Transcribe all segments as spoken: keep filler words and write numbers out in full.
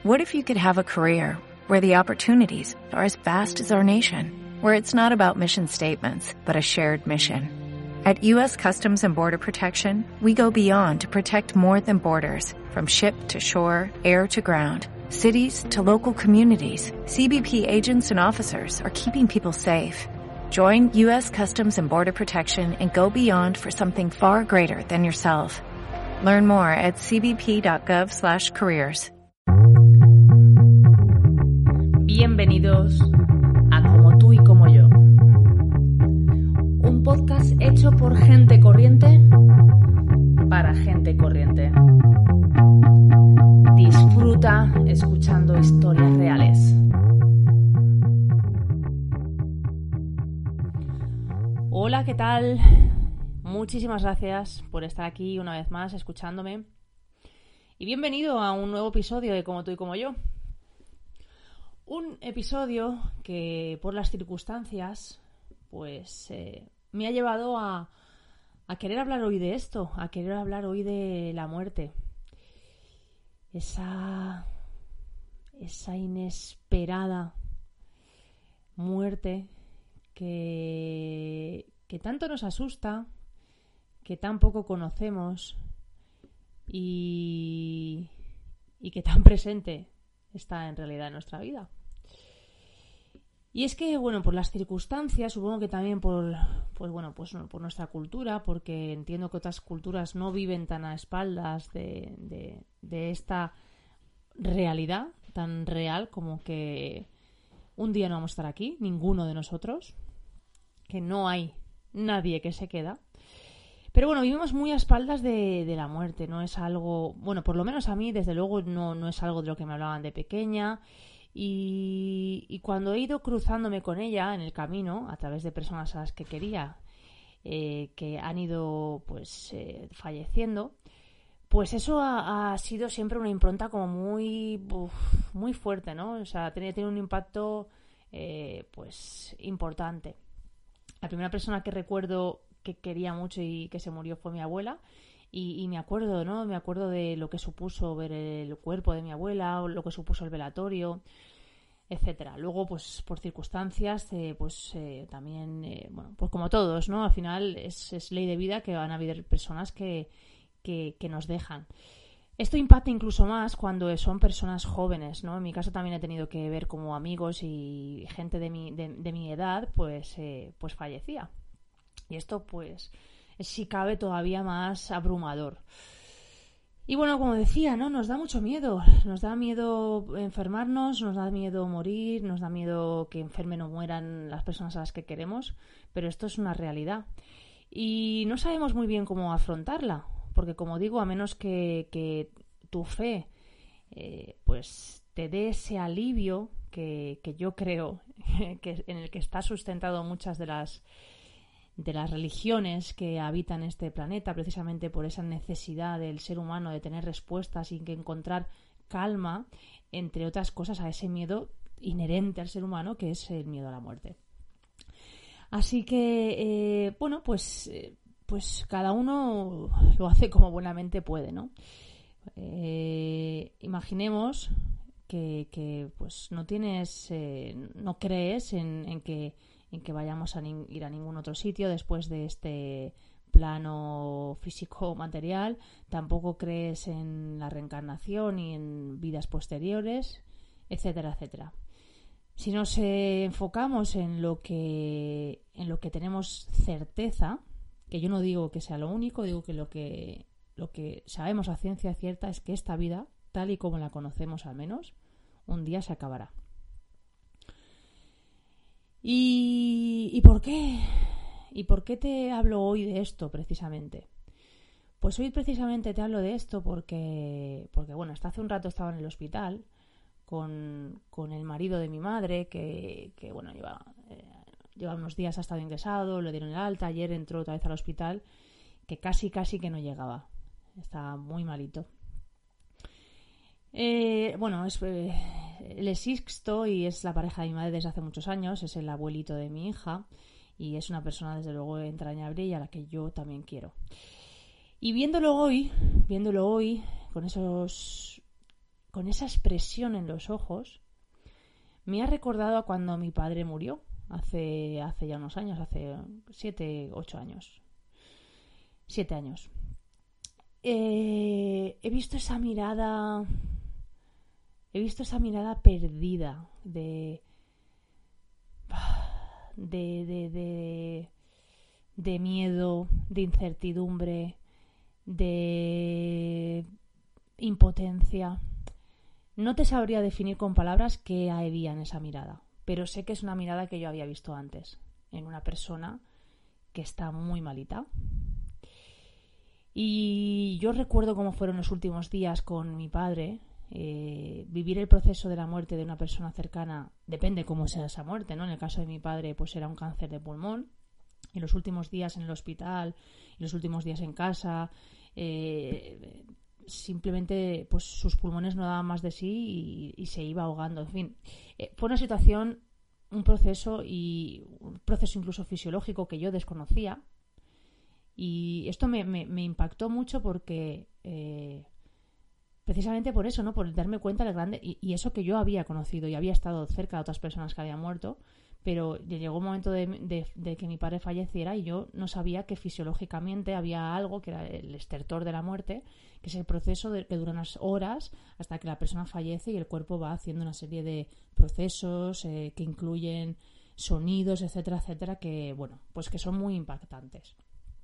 What if you could have a career where the opportunities are as vast as our nation, where it's not about mission statements, but a shared mission? At U S Customs and Border Protection, we go beyond to protect more than borders, from ship to shore, air to ground, cities to local communities. C B P agents and officers are keeping people safe. Join U S Customs and Border Protection and go beyond for something far greater than yourself. Learn more at c b p dot gov slash careers. Bienvenidos a Como tú y como yo. Un podcast hecho por gente corriente para gente corriente. Disfruta escuchando historias reales. Hola, ¿qué tal? Muchísimas gracias por estar aquí una vez más escuchándome. Y bienvenido a un nuevo episodio de Como tú y como yo. Un episodio que por las circunstancias pues eh, me ha llevado a, a querer hablar hoy de esto, a querer hablar hoy de la muerte. Esa, esa inesperada muerte que, que tanto nos asusta, que tan poco conocemos y, y que tan presente está en realidad en nuestra vida. Y es que, bueno, por las circunstancias, supongo que también por, pues bueno, pues por nuestra cultura, porque entiendo que otras culturas no viven tan a espaldas de, de, de esta realidad tan real como que un día no vamos a estar aquí, ninguno de nosotros, que no hay nadie que se queda. Pero bueno, vivimos muy a espaldas de, de la muerte, no es algo, bueno, por lo menos a mí, desde luego, no, no es algo de lo que me hablaban de pequeña. Y, y cuando he ido cruzándome con ella en el camino, a través de personas a las que quería, eh, que han ido pues eh, falleciendo, pues eso ha, ha sido siempre una impronta como muy, uf, muy fuerte, ¿no? O sea, tiene, tiene un impacto eh, pues importante. La primera persona que recuerdo que quería mucho y que se murió fue mi abuela. Y, y me acuerdo, ¿no? Me acuerdo de lo que supuso ver el cuerpo de mi abuela, o lo que supuso el velatorio, etcétera. Luego, pues por circunstancias, eh, pues eh, también, eh, bueno, pues como todos, ¿no? Al final es, es ley de vida que van a haber personas que, que, que nos dejan. Esto impacta incluso más cuando son personas jóvenes, ¿no? En mi caso también he tenido que ver como amigos y gente de mi, de, de mi edad, pues, eh, pues fallecía. Y esto, pues, es si cabe todavía más abrumador. Y bueno, como decía, ¿no? Nos da mucho miedo. Nos da miedo enfermarnos, nos da miedo morir, nos da miedo que enfermen o mueran las personas a las que queremos, pero esto es una realidad. Y no sabemos muy bien cómo afrontarla, porque como digo, a menos que, que tu fe eh, pues te dé ese alivio que, que yo creo que en el que está sustentado muchas de las de las religiones que habitan este planeta, precisamente por esa necesidad del ser humano de tener respuestas y que encontrar calma, entre otras cosas, a ese miedo inherente al ser humano, que es el miedo a la muerte. Así que, eh, bueno, pues, eh, pues cada uno lo hace como buenamente puede, ¿no? Eh, imaginemos que, que pues no tienes, eh, no crees en, en que en que vayamos a ni- ir a ningún otro sitio después de este plano físico material, tampoco crees en la reencarnación y en vidas posteriores, etcétera, etcétera. Si nos eh, enfocamos en lo que en lo que tenemos certeza, que yo no digo que sea lo único, digo que lo que lo que sabemos a ciencia cierta es que esta vida, tal y como la conocemos al menos, un día se acabará. ¿Y, ¿Y por qué? ¿Y por qué te hablo hoy de esto precisamente? Pues hoy precisamente te hablo de esto porque, porque bueno, hasta hace un rato estaba en el hospital con, con el marido de mi madre, que, que bueno, lleva, eh, lleva unos días, ha estado ingresado, le dieron el alta, ayer entró otra vez al hospital, que casi, casi que no llegaba. Está muy malito. Eh, bueno, es, eh, él es Sixto y es la pareja de mi madre desde hace muchos años, es el abuelito de mi hija y es una persona desde luego entrañable y a la que yo también quiero. Y viéndolo hoy, viéndolo hoy, con esos con esa expresión en los ojos, me ha recordado a cuando mi padre murió, hace, hace ya unos años, hace siete, ocho años. Siete años. Eh, he visto esa mirada, he visto esa mirada perdida de, de, de, de, de miedo, de incertidumbre, de impotencia. No te sabría definir con palabras qué había en esa mirada, pero sé que es una mirada que yo había visto antes, en una persona que está muy malita. Y yo recuerdo cómo fueron los últimos días con mi padre. Eh, vivir el proceso de la muerte de una persona cercana, depende cómo sea esa muerte, ¿no? En el caso de mi padre, pues era un cáncer de pulmón. Y los últimos días en el hospital, y los últimos días en casa, eh, simplemente pues sus pulmones no daban más de sí y, y se iba ahogando. En fin, eh, fue una situación, un proceso y un proceso incluso fisiológico que yo desconocía. Y esto me, me, me impactó mucho porque eh, precisamente por eso, ¿no? Por darme cuenta del grande y, y eso que yo había conocido y había estado cerca de otras personas que habían muerto, pero llegó un momento de, de, de que mi padre falleciera y yo no sabía que fisiológicamente había algo que era el estertor de la muerte, que es el proceso de, que dura unas horas hasta que la persona fallece y el cuerpo va haciendo una serie de procesos eh, que incluyen sonidos, etcétera, etcétera, que bueno, pues que son muy impactantes.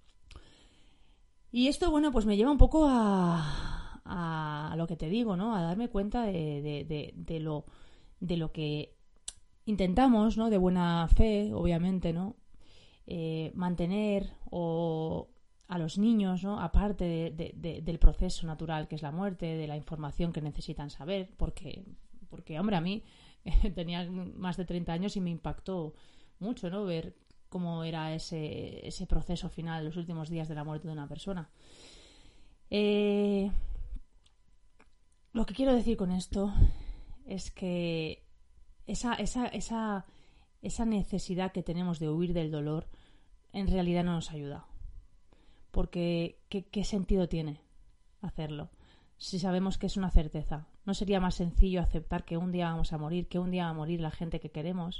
Y esto, bueno, pues me lleva un poco a, a lo que te digo, ¿no? A darme cuenta de, de, de, de lo de lo que intentamos, ¿no? De buena fe, obviamente, ¿no? Eh, mantener o a los niños, ¿no? Aparte de, de, de, del proceso natural que es la muerte, de la información que necesitan saber, porque, porque hombre, a mí eh, tenía más de treinta años y me impactó mucho, ¿no? Ver cómo era ese, ese proceso final, los últimos días de la muerte de una persona. Eh, lo que quiero decir con esto es que esa, esa, esa, esa necesidad que tenemos de huir del dolor en realidad no nos ayuda. Porque ¿qué, qué sentido tiene hacerlo si sabemos que es una certeza? ¿No sería más sencillo aceptar que un día vamos a morir, que un día va a morir la gente que queremos?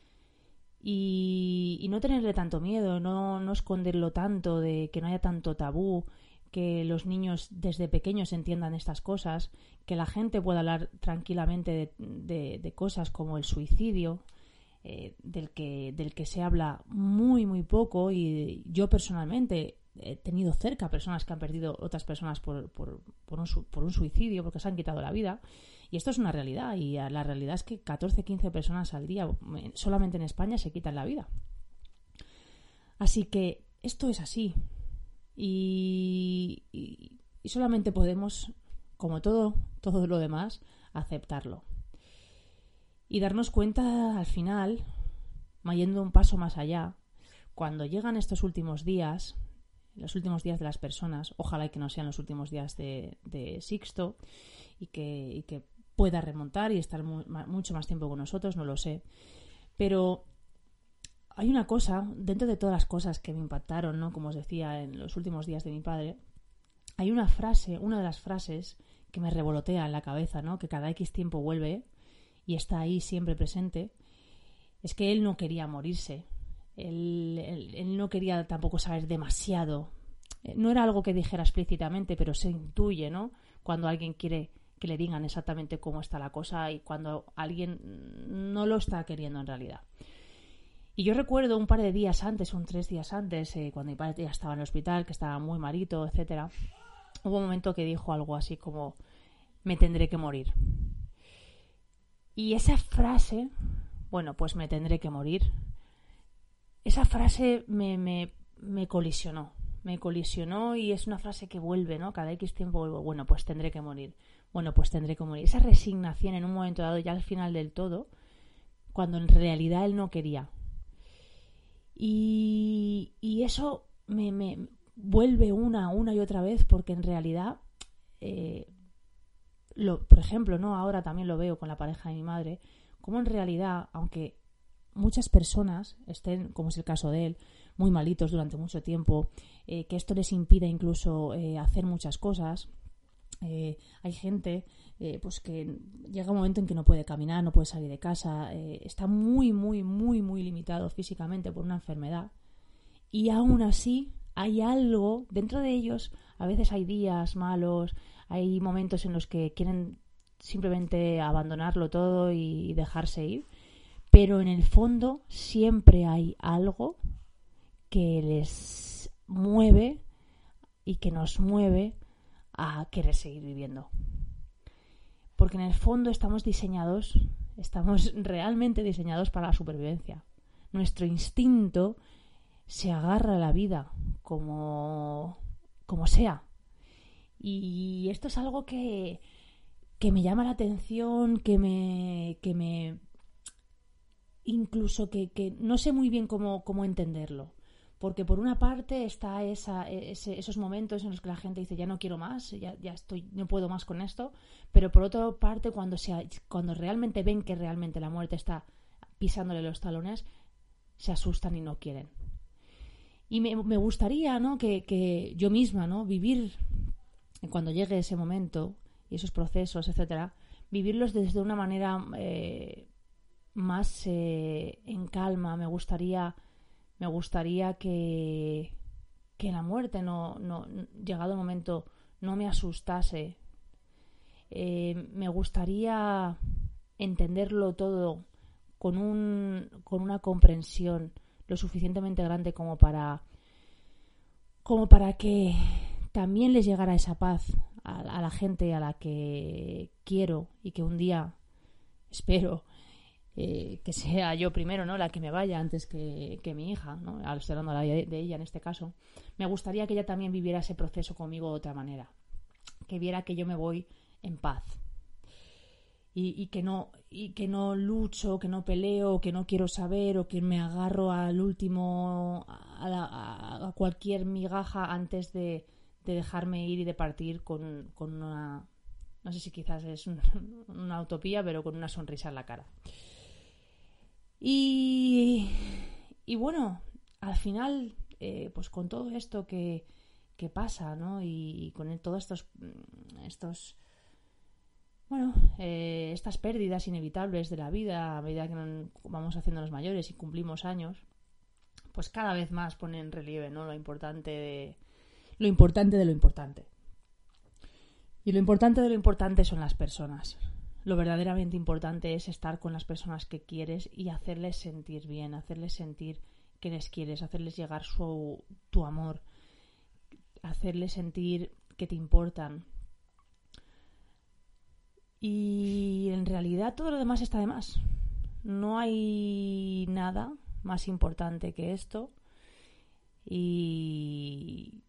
Y, y no tenerle tanto miedo, no, no esconderlo tanto, de que no haya tanto tabú, que los niños desde pequeños entiendan estas cosas, que la gente pueda hablar tranquilamente de, de, de cosas como el suicidio, eh, del que, del que se habla muy, muy poco. Y yo personalmente he tenido cerca personas que han perdido otras personas por, por, por, un, por un suicidio, porque se han quitado la vida. Y esto es una realidad, y la realidad es que catorce, quince personas al día solamente en España se quitan la vida. Así que esto es así. Y, y, y solamente podemos, como todo, todo lo demás, aceptarlo. Y darnos cuenta al final, yendo un paso más allá, cuando llegan estos últimos días, los últimos días de las personas, ojalá que no sean los últimos días de, de Sixto, y que, y que pueda remontar y estar mu- mucho más tiempo con nosotros, no lo sé. Pero hay una cosa, dentro de todas las cosas que me impactaron, ¿no? Como os decía, en los últimos días de mi padre, hay una frase, una de las frases que me revolotea en la cabeza, ¿no? Que cada X tiempo vuelve y está ahí siempre presente. Es que él no quería morirse. Él, él, él no quería tampoco saber demasiado. No era algo que dijera explícitamente, pero se intuye, ¿no? Cuando alguien quiere que le digan exactamente cómo está la cosa y cuando alguien no lo está queriendo en realidad. Y yo recuerdo un par de días antes, un tres días antes, eh, cuando mi padre ya estaba en el hospital, que estaba muy malito, etcétera, hubo un momento que dijo algo así como: me tendré que morir. Y esa frase, bueno, pues me tendré que morir, esa frase me, me, me colisionó, me colisionó y es una frase que vuelve, ¿no? Cada X tiempo vuelvo, bueno, pues tendré que morir, bueno, pues tendré que morir. Esa resignación en un momento dado, ya al final del todo, cuando en realidad él no quería. Y, y eso me, me vuelve una, una y otra vez, porque en realidad, eh, lo, por ejemplo, ¿no? Ahora también lo veo con la pareja de mi madre, como en realidad, aunque muchas personas estén, como es el caso de él, muy malitos durante mucho tiempo, eh, que esto les impida incluso eh, hacer muchas cosas, Eh, hay gente eh, pues que llega un momento en que no puede caminar, no puede salir de casa, eh, está muy, muy, muy, muy limitado físicamente por una enfermedad. Y aún así hay algo dentro de ellos. A veces hay días malos, hay momentos en los que quieren simplemente abandonarlo todo y dejarse ir. Pero en el fondo siempre hay algo que les mueve y que nos mueve a querer seguir viviendo. Porque en el fondo estamos diseñados, estamos realmente diseñados para la supervivencia. Nuestro instinto se agarra a la vida como, como sea. Y esto es algo que, que me llama la atención, que me... Que me incluso que, que no sé muy bien cómo, cómo entenderlo. Porque por una parte está esa, ese, esos momentos en los que la gente dice ya no quiero más, ya, ya estoy, no puedo más con esto, pero por otra parte cuando, se, cuando realmente ven que realmente la muerte está pisándole los talones, se asustan y no quieren. Y me, me gustaría, ¿no?, que, que yo misma, ¿no?, vivir cuando llegue ese momento y esos procesos, etcétera, vivirlos desde una manera eh, más eh, en calma. Me gustaría Me gustaría que, que la muerte, no, no, llegado el momento, no me asustase. Eh, me gustaría entenderlo todo con, un, con una comprensión lo suficientemente grande como para, como para que también les llegara esa paz a, a la gente a la que quiero y que un día espero Eh, que sea yo primero, ¿no?, la que me vaya antes que, que mi hija, ¿no?, al estar hablando de, de ella en este caso. Me gustaría que ella también viviera ese proceso conmigo de otra manera, que viera que yo me voy en paz y, y que no y que no lucho, que no peleo, que no quiero saber, o que me agarro al último a, la, a cualquier migaja antes de, de dejarme ir y de partir con, con una, no sé si quizás es un, una utopía, pero con una sonrisa en la cara. Y, y bueno, al final, eh, pues con todo esto que, que pasa, ¿no?, y, y con el, todos estos, estos bueno, eh, estas pérdidas inevitables de la vida a medida que nos vamos haciéndonos mayores y cumplimos años, pues cada vez más pone en relieve, ¿no?, lo importante de lo importante de lo importante. Y lo importante de lo importante son las personas. Lo verdaderamente importante es estar con las personas que quieres y hacerles sentir bien, hacerles sentir que les quieres, hacerles llegar su, tu amor, hacerles sentir que te importan. Y en realidad todo lo demás está de más. No hay nada más importante que esto. Y...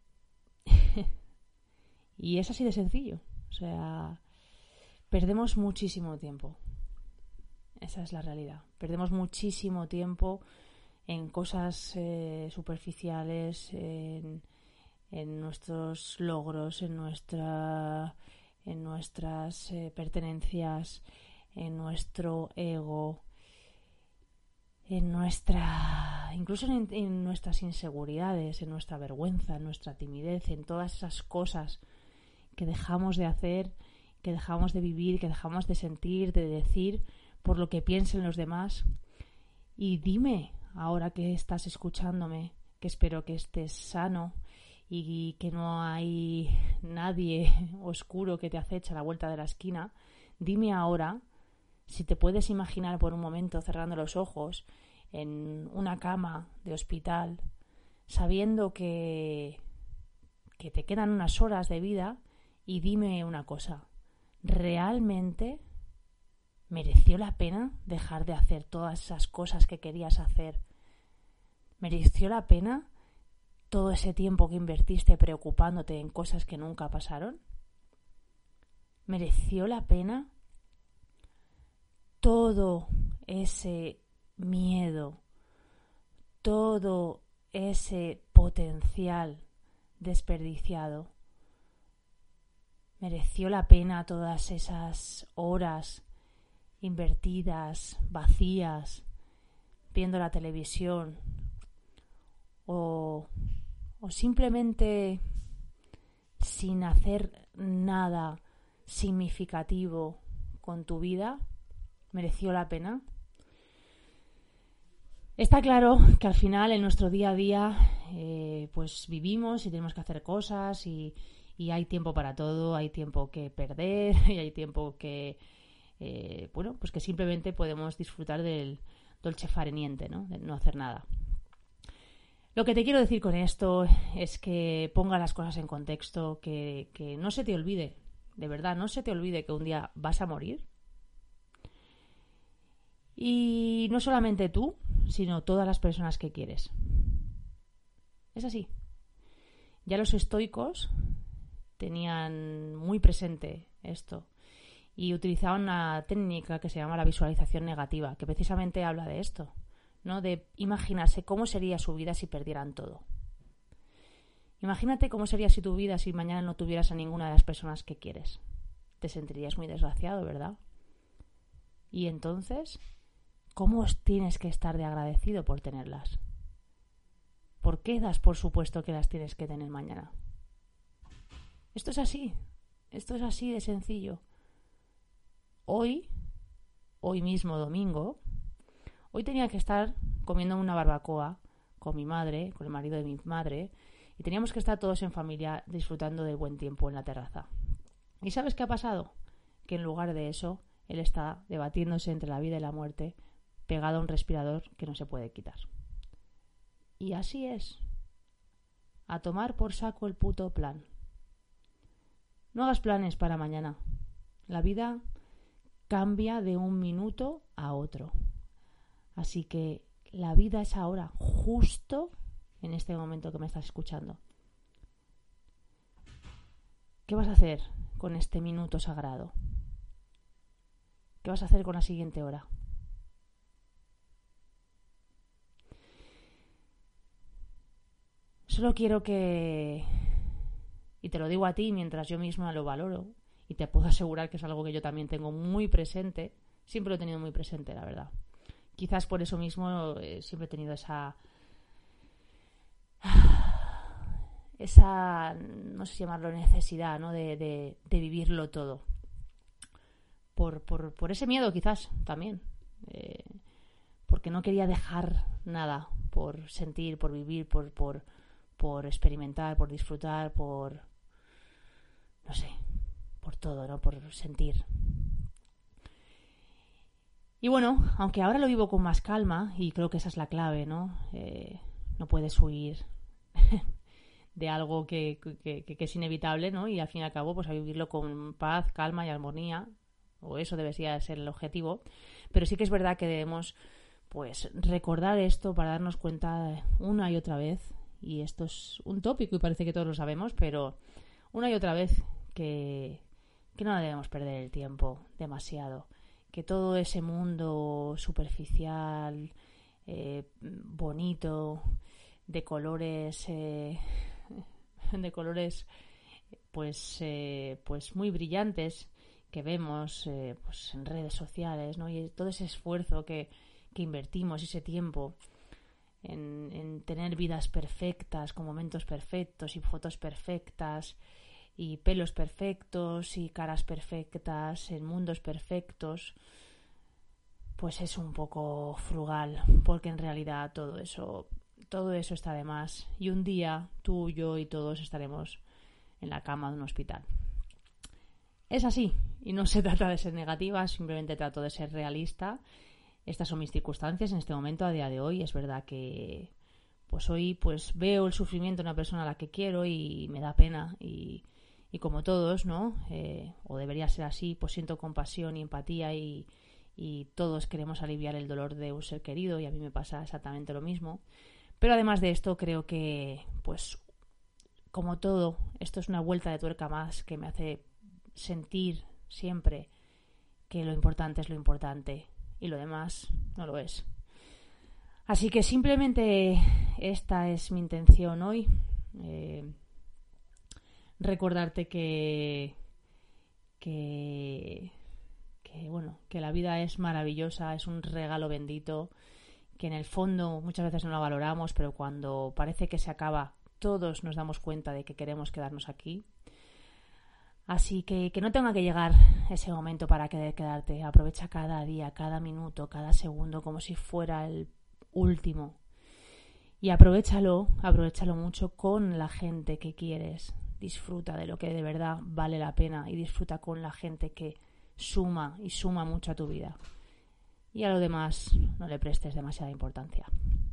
y es así de sencillo. O sea... Perdemos muchísimo tiempo. Esa es la realidad. Perdemos muchísimo tiempo en cosas eh, superficiales, en, en nuestros logros, en nuestra, en nuestras eh, pertenencias, en nuestro ego, en nuestra, incluso en, en nuestras inseguridades, en nuestra vergüenza, en nuestra timidez, en todas esas cosas que dejamos de hacer, que dejamos de vivir, que dejamos de sentir, de decir por lo que piensen los demás. Y dime, ahora que estás escuchándome, que espero que estés sano y que no hay nadie oscuro que te acecha a la vuelta de la esquina, dime ahora si te puedes imaginar por un momento cerrando los ojos en una cama de hospital, sabiendo que, que te quedan unas horas de vida, y dime una cosa. ¿Realmente mereció la pena dejar de hacer todas esas cosas que querías hacer? ¿Mereció la pena todo ese tiempo que invertiste preocupándote en cosas que nunca pasaron? ¿Mereció la pena todo ese miedo, todo ese potencial desperdiciado? ¿Mereció la pena todas esas horas invertidas, vacías, viendo la televisión? ¿O, o simplemente sin hacer nada significativo con tu vida, ¿mereció la pena? Está claro que al final en nuestro día a día eh, pues vivimos y tenemos que hacer cosas y, y hay tiempo para todo, hay tiempo que perder y hay tiempo que eh, bueno, pues que simplemente podemos disfrutar del dolce fare niente, ¿no? De no hacer nada. Lo que te quiero decir con esto es que ponga las cosas en contexto, que, que no se te olvide, de verdad, no se te olvide que un día vas a morir. Y no solamente tú, sino todas las personas que quieres. Es así. Ya los estoicos tenían muy presente esto y utilizaban una técnica que se llama la visualización negativa, que precisamente habla de esto, ¿no? De imaginarse cómo sería su vida si perdieran todo. Imagínate cómo sería si tu vida si mañana no tuvieras a ninguna de las personas que quieres. Te sentirías muy desgraciado, ¿verdad? Y entonces, ¿cómo tienes que estar de agradecido por tenerlas? ¿Por qué das por supuesto que las tienes que tener mañana? Esto es así. Esto es así de sencillo. Hoy, hoy mismo domingo, hoy tenía que estar comiendo una barbacoa con mi madre, con el marido de mi madre, y teníamos que estar todos en familia disfrutando del buen tiempo en la terraza. ¿Y sabes qué ha pasado? Que en lugar de eso, él está debatiéndose entre la vida y la muerte, pegado a un respirador que no se puede quitar. Y así es. A tomar por saco el puto plan. No hagas planes para mañana. La vida cambia de un minuto a otro. Así que la vida es ahora, justo en este momento que me estás escuchando. ¿Qué vas a hacer con este minuto sagrado? ¿Qué vas a hacer con la siguiente hora? Solo quiero que, y te lo digo a ti mientras yo misma lo valoro, y te puedo asegurar que es algo que yo también tengo muy presente, siempre lo he tenido muy presente, la verdad. Quizás por eso mismo eh, siempre he tenido esa, esa, no sé si llamarlo necesidad, ¿no? de, de, de vivirlo todo. Por, por, por ese miedo quizás también, eh, porque no quería dejar nada por sentir, por vivir, por... por por experimentar, por disfrutar, por, no sé, por todo, ¿no? Por sentir. Y bueno, aunque ahora lo vivo con más calma, y creo que esa es la clave, ¿no? Eh, no puedes huir de algo que, que, que, que es inevitable, ¿no? Y al fin y al cabo, pues a vivirlo con paz, calma y armonía, o eso debería ser el objetivo. Pero sí que es verdad que debemos, pues, recordar esto para darnos cuenta una y otra vez. Y esto es un tópico y parece que todos lo sabemos, pero una y otra vez que, que no debemos perder el tiempo demasiado. Que todo ese mundo superficial, eh, bonito, de colores, eh, de colores, pues, eh, pues muy brillantes que vemos eh, pues en redes sociales, ¿no? Y todo ese esfuerzo que, que invertimos, ese tiempo. En, en tener vidas perfectas, con momentos perfectos y fotos perfectas y pelos perfectos y caras perfectas en mundos perfectos, pues es un poco frugal, porque en realidad todo eso, todo eso está de más y un día tú, yo y todos estaremos en la cama de un hospital. Es así y no se trata de ser negativa, simplemente trato de ser realista. Estas son mis circunstancias en este momento, a día de hoy. Es verdad que pues hoy pues veo el sufrimiento de una persona a la que quiero y me da pena. Y, y como todos, ¿no? Eh, o debería ser así, pues siento compasión y empatía y, y todos queremos aliviar el dolor de un ser querido y a mí me pasa exactamente lo mismo. Pero además de esto, creo que, pues, como todo, esto es una vuelta de tuerca más que me hace sentir siempre que lo importante es lo importante. Y lo demás no lo es. Así que simplemente esta es mi intención hoy. Eh, recordarte que, que, que, bueno, que la vida es maravillosa, es un regalo bendito, que en el fondo muchas veces no la valoramos, pero cuando parece que se acaba, todos nos damos cuenta de que queremos quedarnos aquí. Así que que no tenga que llegar ese momento para querer quedarte. Aprovecha cada día, cada minuto, cada segundo como si fuera el último. Y aprovéchalo, aprovéchalo mucho con la gente que quieres. Disfruta de lo que de verdad vale la pena y disfruta con la gente que suma y suma mucho a tu vida. Y a lo demás no le prestes demasiada importancia.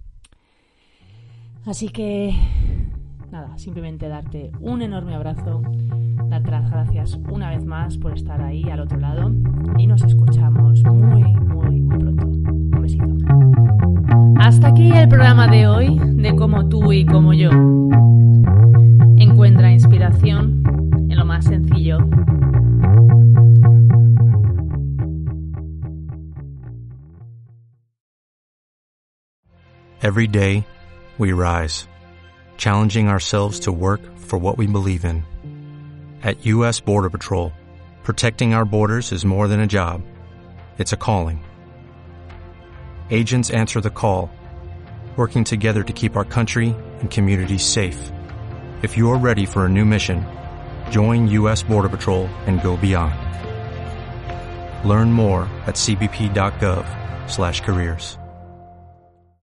Así que nada, simplemente darte un enorme abrazo, darte las gracias una vez más por estar ahí al otro lado y nos escuchamos muy, muy, muy pronto. Un besito. Hasta aquí el programa de hoy de Como tú y como yo. Encuentra inspiración en lo más sencillo. Every day, we rise, challenging ourselves to work for what we believe in. At U S Border Patrol, protecting our borders is more than a job. It's a calling. Agents answer the call, working together to keep our country and communities safe. If you are ready for a new mission, join U S Border Patrol and go beyond. Learn more at c b p dot gov slash careers.